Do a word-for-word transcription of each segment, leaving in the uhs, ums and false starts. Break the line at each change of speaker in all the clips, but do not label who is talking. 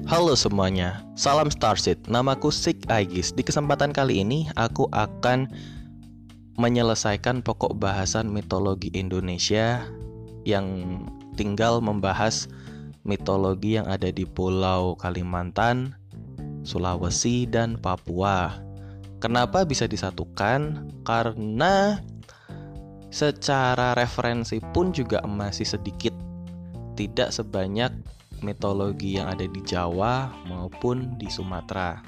Halo semuanya, salam Starseed. Namaku Sik Aegis. Di kesempatan kali ini aku akan menyelesaikan pokok bahasan mitologi Indonesia yang tinggal membahas mitologi yang ada di Pulau Kalimantan, Sulawesi, dan Papua. Kenapa bisa disatukan? Karena secara referensi pun juga masih sedikit, tidak sebanyak mitologi yang ada di Jawa maupun di Sumatera.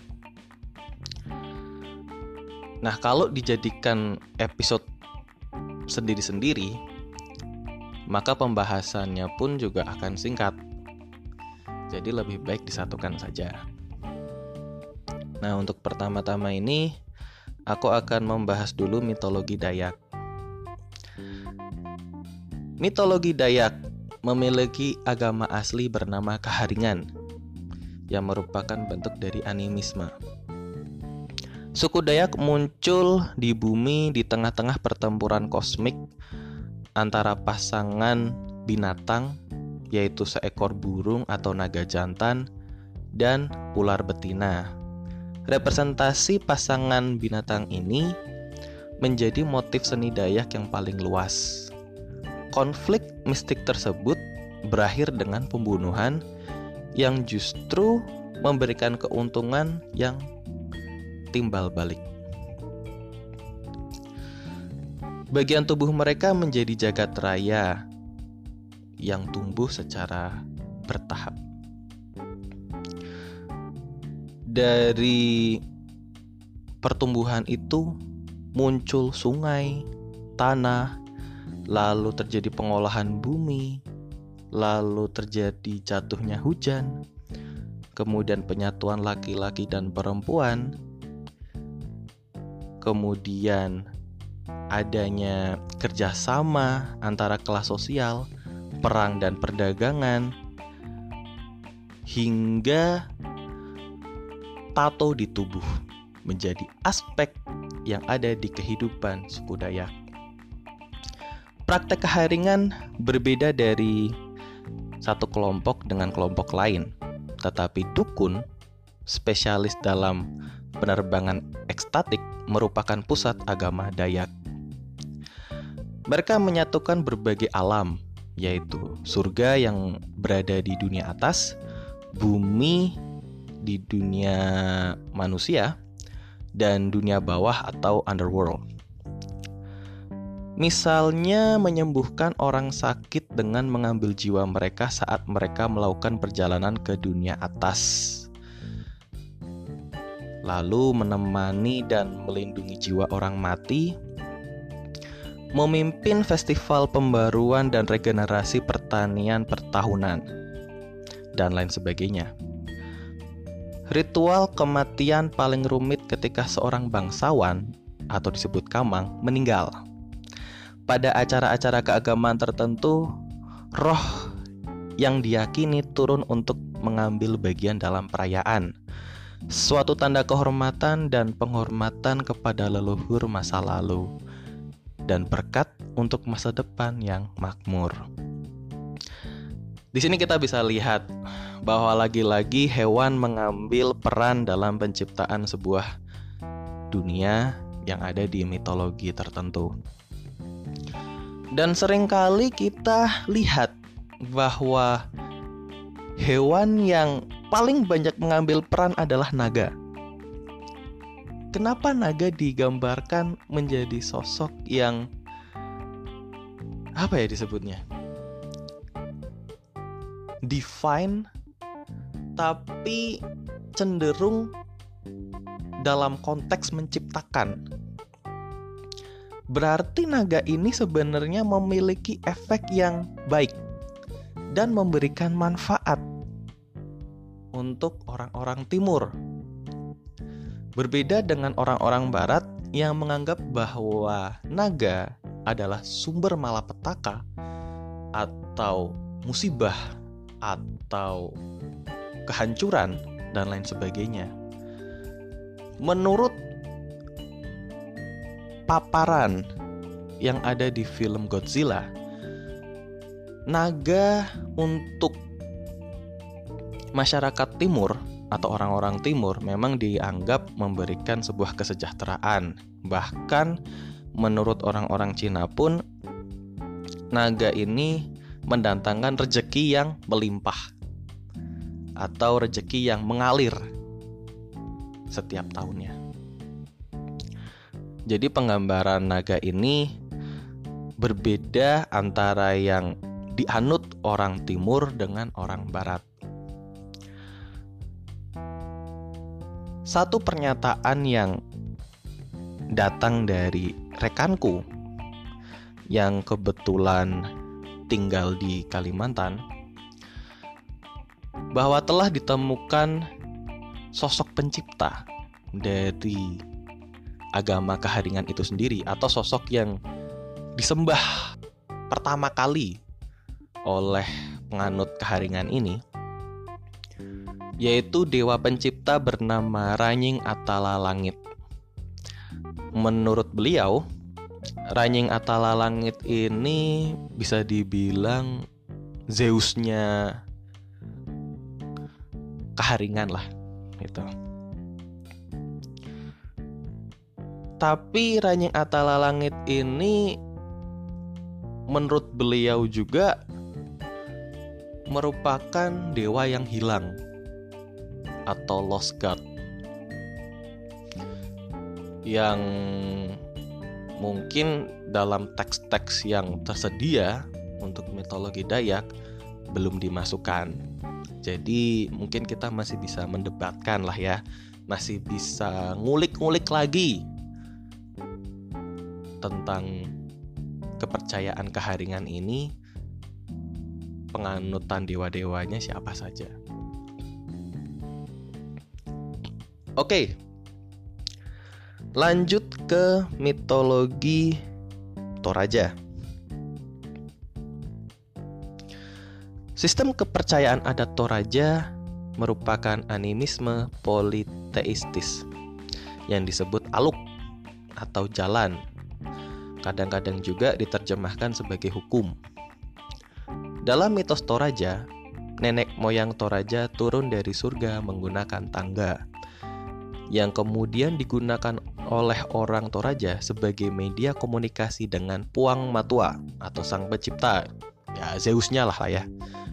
Nah, kalau dijadikan episode sendiri-sendiri, maka pembahasannya pun juga akan singkat. Jadi lebih baik disatukan saja. Nah, untuk pertama-tama ini aku akan membahas dulu mitologi Dayak. Mitologi Dayak memiliki agama asli bernama Kaharingan yang merupakan bentuk dari animisme. Suku Dayak muncul di bumi di tengah-tengah pertempuran kosmik antara pasangan binatang, yaitu seekor burung atau naga jantan dan ular betina. Representasi pasangan binatang ini menjadi motif seni Dayak yang paling luas. Konflik mistik tersebut berakhir dengan pembunuhan yang justru memberikan keuntungan yang timbal balik. Bagian tubuh mereka menjadi jagat raya yang tumbuh secara bertahap. Dari pertumbuhan itu muncul sungai, tanah, lalu terjadi pengolahan bumi, lalu terjadi jatuhnya hujan, kemudian penyatuan laki-laki dan perempuan, kemudian adanya kerjasama antara kelas sosial, perang dan perdagangan, hingga tato di tubuh menjadi aspek yang ada di kehidupan suku Dayak. Praktek Kaharingan berbeda dari satu kelompok dengan kelompok lain, tetapi dukun, spesialis dalam penerbangan ekstatik, merupakan pusat agama Dayak. Mereka menyatukan berbagai alam, yaitu surga yang berada di dunia atas, bumi di dunia manusia, dan dunia bawah atau underworld. Misalnya menyembuhkan orang sakit dengan mengambil jiwa mereka saat mereka melakukan perjalanan ke dunia atas, lalu menemani dan melindungi jiwa orang mati, memimpin festival pembaruan dan regenerasi pertanian pertahunan, dan lain sebagainya. Ritual kematian paling rumit ketika seorang bangsawan atau disebut kamang meninggal. Pada acara-acara keagamaan tertentu, roh yang diyakini turun untuk mengambil bagian dalam perayaan, suatu tanda kehormatan dan penghormatan kepada leluhur masa lalu, dan berkat untuk masa depan yang makmur. Di sini kita bisa lihat bahwa lagi-lagi hewan mengambil peran dalam penciptaan sebuah dunia yang ada di mitologi tertentu. Dan seringkali kita lihat bahwa hewan yang paling banyak mengambil peran adalah naga. Kenapa naga digambarkan menjadi sosok yang apa ya disebutnya? Divine, tapi cenderung dalam konteks menciptakan. Berarti naga ini sebenarnya memiliki efek yang baik dan memberikan manfaat untuk orang-orang timur. Berbeda dengan orang-orang barat yang menganggap bahwa naga adalah sumber malapetaka atau musibah atau kehancuran dan lain sebagainya. Menurut paparan yang ada di film Godzilla, naga untuk masyarakat timur atau orang-orang timur memang dianggap memberikan sebuah kesejahteraan. Bahkan menurut orang-orang Cina pun naga ini mendatangkan rezeki yang melimpah atau rezeki yang mengalir setiap tahunnya. Jadi penggambaran naga ini berbeda antara yang dianut orang timur dengan orang barat. Satu pernyataan yang datang dari rekanku yang kebetulan tinggal di Kalimantan, bahwa telah ditemukan sosok pencipta dari agama keharingan itu sendiri, atau sosok yang disembah pertama kali oleh penganut keharingan ini, yaitu dewa pencipta bernama Ranying Atala Langit. Menurut beliau, Ranying Atala Langit ini bisa dibilang Zeusnya keharingan lah gitu. Tapi Ranying Atala Langit ini menurut beliau juga merupakan dewa yang hilang atau lost god, yang mungkin dalam teks-teks yang tersedia untuk mitologi Dayak belum dimasukkan. Jadi mungkin kita masih bisa mendebatkan lah ya, masih bisa ngulik-ngulik lagi tentang kepercayaan keharingan ini, penganutan dewa-dewanya siapa saja. Oke, lanjut ke mitologi Toraja. Sistem kepercayaan adat Toraja merupakan animisme politeistis yang disebut aluk atau jalan. Kadang-kadang juga diterjemahkan sebagai hukum. Dalam mitos Toraja, nenek moyang Toraja turun dari surga menggunakan tangga, yang kemudian digunakan oleh orang Toraja sebagai media komunikasi dengan Puang Matua atau sang pencipta, ya Zeusnya lah ya.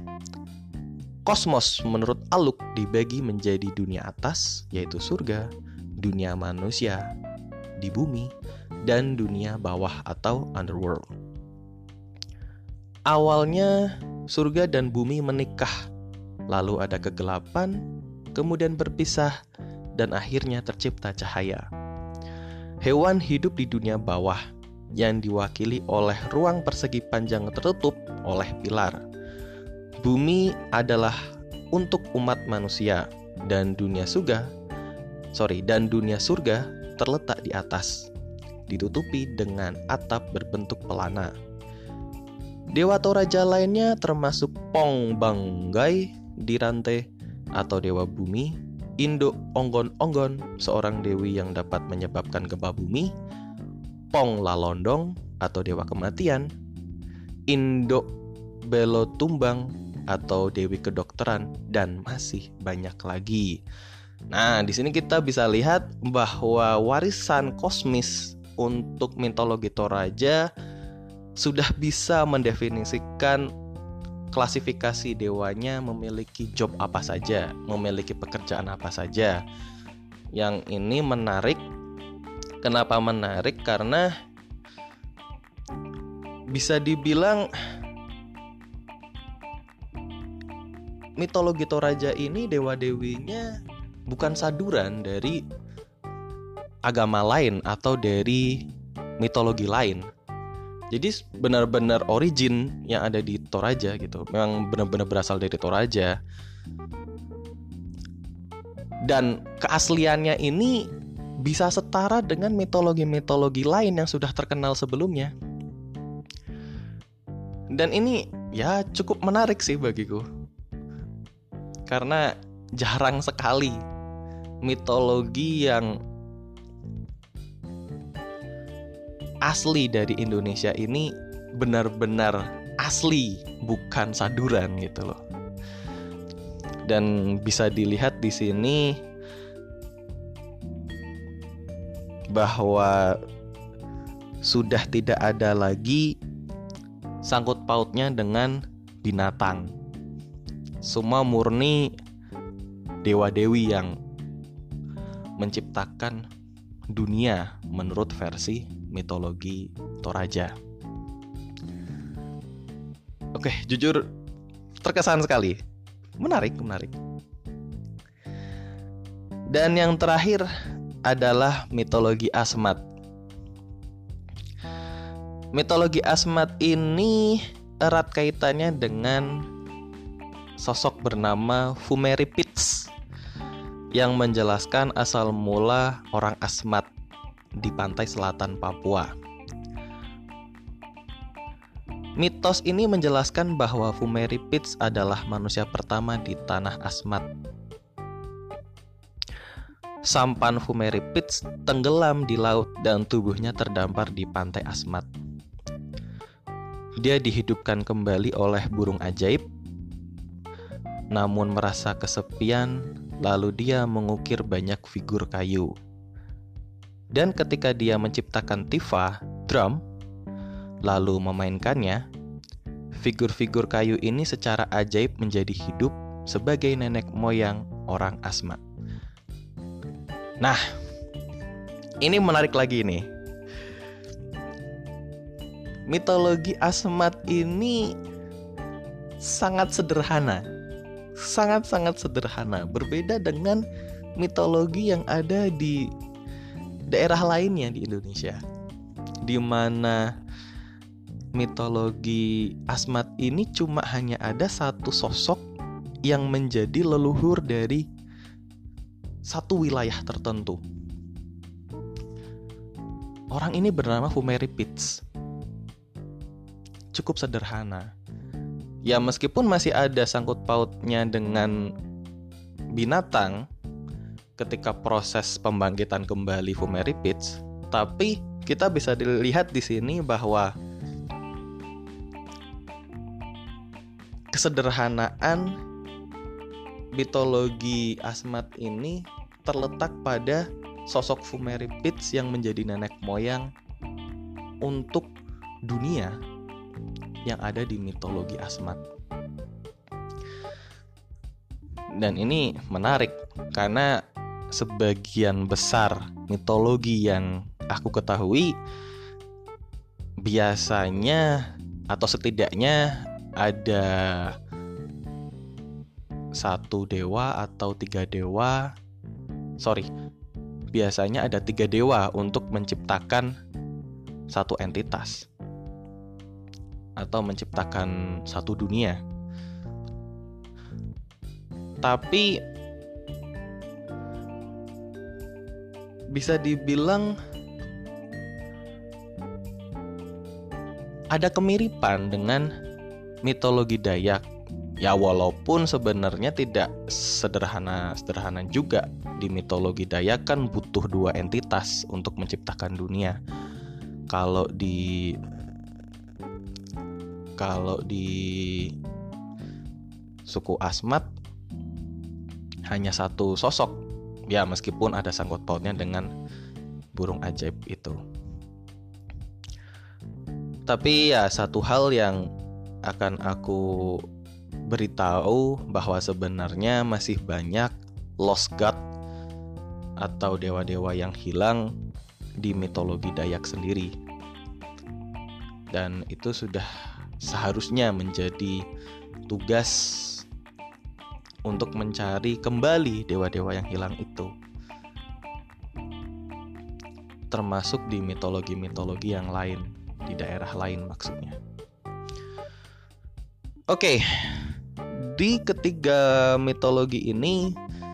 Kosmos menurut Aluk dibagi menjadi dunia atas, yaitu surga, dunia manusia di bumi, dan dunia bawah atau underworld. Awalnya surga dan bumi menikah, lalu ada kegelapan, kemudian berpisah, dan akhirnya tercipta cahaya. Hewan hidup di dunia bawah yang diwakili oleh ruang persegi panjang tertutup oleh pilar. Bumi adalah untuk umat manusia, dan dunia surga, sorry, dan dunia surga terletak di atas, ditutupi dengan atap berbentuk pelana. Dewa Toraja lainnya termasuk Pong Banggai Dirante atau dewa bumi, Indo Onggon-Onggon, seorang dewi yang dapat menyebabkan gempa bumi, Pong Lalondong atau dewa kematian, Indo Belotumbang atau dewi kedokteran, dan masih banyak lagi. Nah, di sini kita bisa lihat bahwa warisan kosmis untuk mitologi Toraja sudah bisa mendefinisikan klasifikasi dewanya memiliki job apa saja, memiliki pekerjaan apa saja. Yang ini menarik. Kenapa menarik? Karena bisa dibilang mitologi Toraja ini dewa-dewinya bukan saduran dari agama lain atau dari mitologi lain. Jadi benar-benar origin yang ada di Toraja gitu. Memang benar-benar berasal dari Toraja. Dan keasliannya ini bisa setara dengan mitologi-mitologi lain yang sudah terkenal sebelumnya. Dan ini ya cukup menarik sih bagiku. Karena jarang sekali mitologi yang asli dari Indonesia ini benar-benar asli, bukan saduran gitu loh. Dan bisa dilihat di sini bahwa sudah tidak ada lagi sangkut pautnya dengan binatang. Semua murni dewa-dewi yang menciptakan dunia menurut versi mitologi Toraja. Oke, jujur terkesan sekali. Menarik, menarik. Dan yang terakhir adalah mitologi Asmat. Mitologi Asmat ini erat kaitannya dengan sosok bernama Fumeripits yang menjelaskan asal mula orang Asmat di pantai selatan Papua. Mitos ini menjelaskan bahwa Fumeripits adalah manusia pertama di tanah Asmat. Sampan Fumeripits tenggelam di laut dan tubuhnya terdampar di pantai Asmat. Dia dihidupkan kembali oleh burung ajaib, namun merasa kesepian, lalu dia mengukir banyak figur kayu. Dan ketika dia menciptakan tifa, drum, lalu memainkannya, figur-figur kayu ini secara ajaib menjadi hidup sebagai nenek moyang orang Asmat. Nah, ini menarik lagi nih. Mitologi Asmat ini sangat sederhana. Sangat-sangat sederhana. Berbeda dengan mitologi yang ada di daerah lainnya di Indonesia, di mana mitologi Asmat ini cuma hanya ada satu sosok yang menjadi leluhur dari satu wilayah tertentu. Orang ini bernama Fumeripits. Cukup sederhana. Ya meskipun masih ada sangkut pautnya dengan binatang ketika proses pembangkitan kembali Fumeripits, tapi kita bisa dilihat di sini bahwa kesederhanaan mitologi Asmat ini terletak pada sosok Fumeripits yang menjadi nenek moyang untuk dunia yang ada di mitologi Asmat. Dan ini menarik karena sebagian besar mitologi yang aku ketahui biasanya atau setidaknya ada satu dewa atau tiga dewa. Sorry, biasanya ada tiga dewa untuk menciptakan satu entitas atau menciptakan satu dunia. Tapi bisa dibilang ada kemiripan dengan mitologi Dayak. Ya walaupun sebenarnya tidak sederhana-sederhana juga. Di mitologi Dayak kan butuh dua entitas untuk menciptakan dunia. Kalau di Kalau di suku Asmat hanya satu sosok. Ya meskipun ada sangkut pautnya dengan burung ajaib itu. Tapi ya satu hal yang akan aku beritahu bahwa sebenarnya masih banyak lost god atau dewa-dewa yang hilang di mitologi Dayak sendiri. Dan itu sudah seharusnya menjadi tugas untuk mencari kembali dewa-dewa yang hilang itu, termasuk di mitologi-mitologi yang lain, di daerah lain maksudnya. Oke, di ketiga mitologi ini,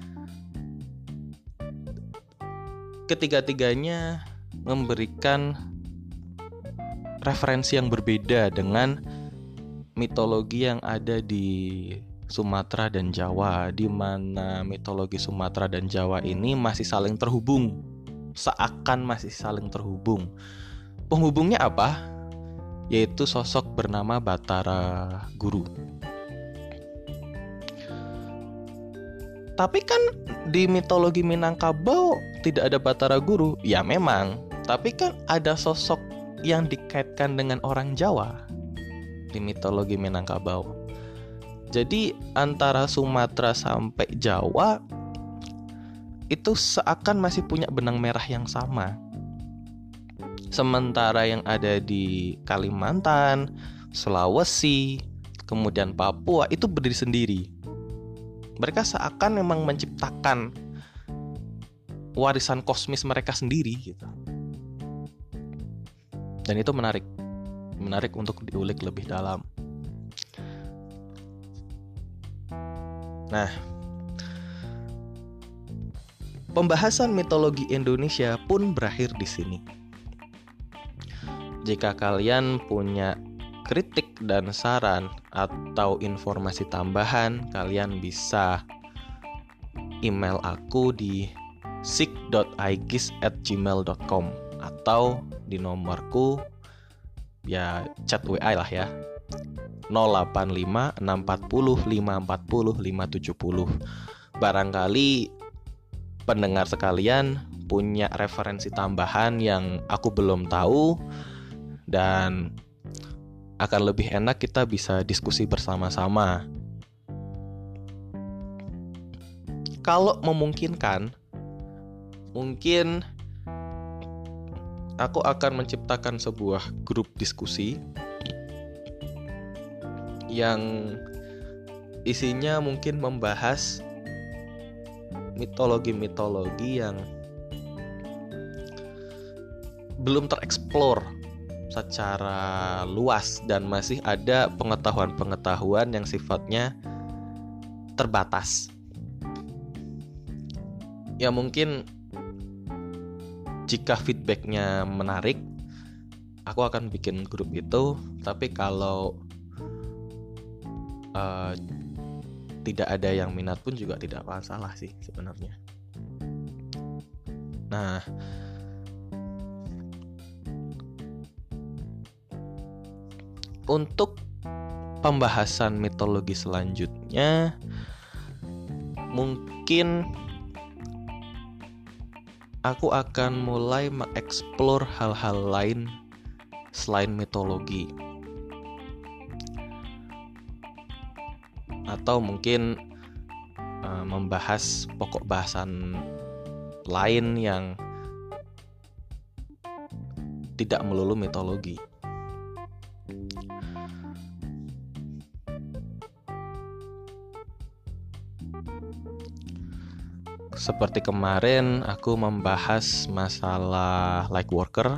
ketiga-tiganya memberikan referensi yang berbeda dengan mitologi yang ada di Sumatera dan Jawa, di mana mitologi Sumatera dan Jawa ini masih saling terhubung, seakan masih saling terhubung. Penghubungnya apa? Yaitu sosok bernama Batara Guru. Tapi kan di mitologi Minangkabau tidak ada Batara Guru. Ya memang, tapi kan ada sosok yang dikaitkan dengan orang Jawa di mitologi Minangkabau. Jadi antara Sumatera sampai Jawa itu seakan masih punya benang merah yang sama. Sementara yang ada di Kalimantan, Sulawesi, kemudian Papua itu berdiri sendiri. Mereka seakan memang menciptakan warisan kosmis mereka sendiri gitu. Dan itu menarik. Menarik untuk diulik lebih dalam. Nah, pembahasan mitologi Indonesia pun berakhir di sini. Jika kalian punya kritik dan saran atau informasi tambahan, kalian bisa email aku di sik dot aigis at gmail dot com atau di nomorku ya chat W A lah ya, nol delapan lima enam empat nol lima empat nol lima tujuh nol. Barangkali pendengar sekalian punya referensi tambahan yang aku belum tahu, dan akan lebih enak kita bisa diskusi bersama-sama. Kalau memungkinkan, mungkin aku akan menciptakan sebuah grup diskusi yang isinya mungkin membahas mitologi-mitologi yang belum tereksplor secara luas dan masih ada pengetahuan-pengetahuan yang sifatnya terbatas. Ya mungkin jika feedbacknya menarik, aku akan bikin grup itu. Tapi kalau uh, tidak ada yang minat pun juga tidak masalah sih sebenarnya. Nah, untuk pembahasan mitologi selanjutnya, mungkin aku akan mulai mengeksplor hal-hal lain selain mitologi. Atau mungkin uh, membahas pokok bahasan lain yang tidak melulu mitologi. Seperti kemarin aku membahas masalah light worker.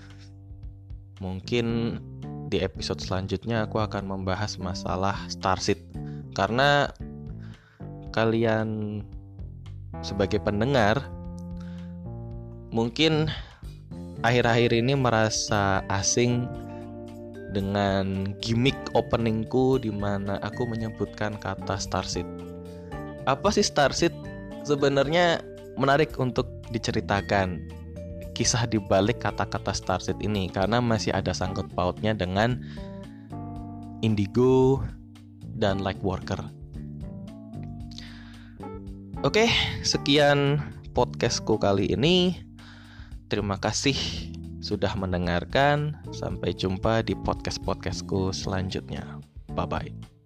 Mungkin di episode selanjutnya aku akan membahas masalah Starseed. Karena kalian sebagai pendengar mungkin akhir-akhir ini merasa asing dengan gimmick openingku di mana aku menyebutkan kata Starseed. Apa sih Starseed? Sebenarnya menarik untuk diceritakan kisah di balik kata-kata Starseed ini, karena masih ada sangkut pautnya dengan Indigo dan Lightworker. Oke, sekian podcastku kali ini. Terima kasih sudah mendengarkan. Sampai jumpa di podcast-podcastku selanjutnya. Bye-bye.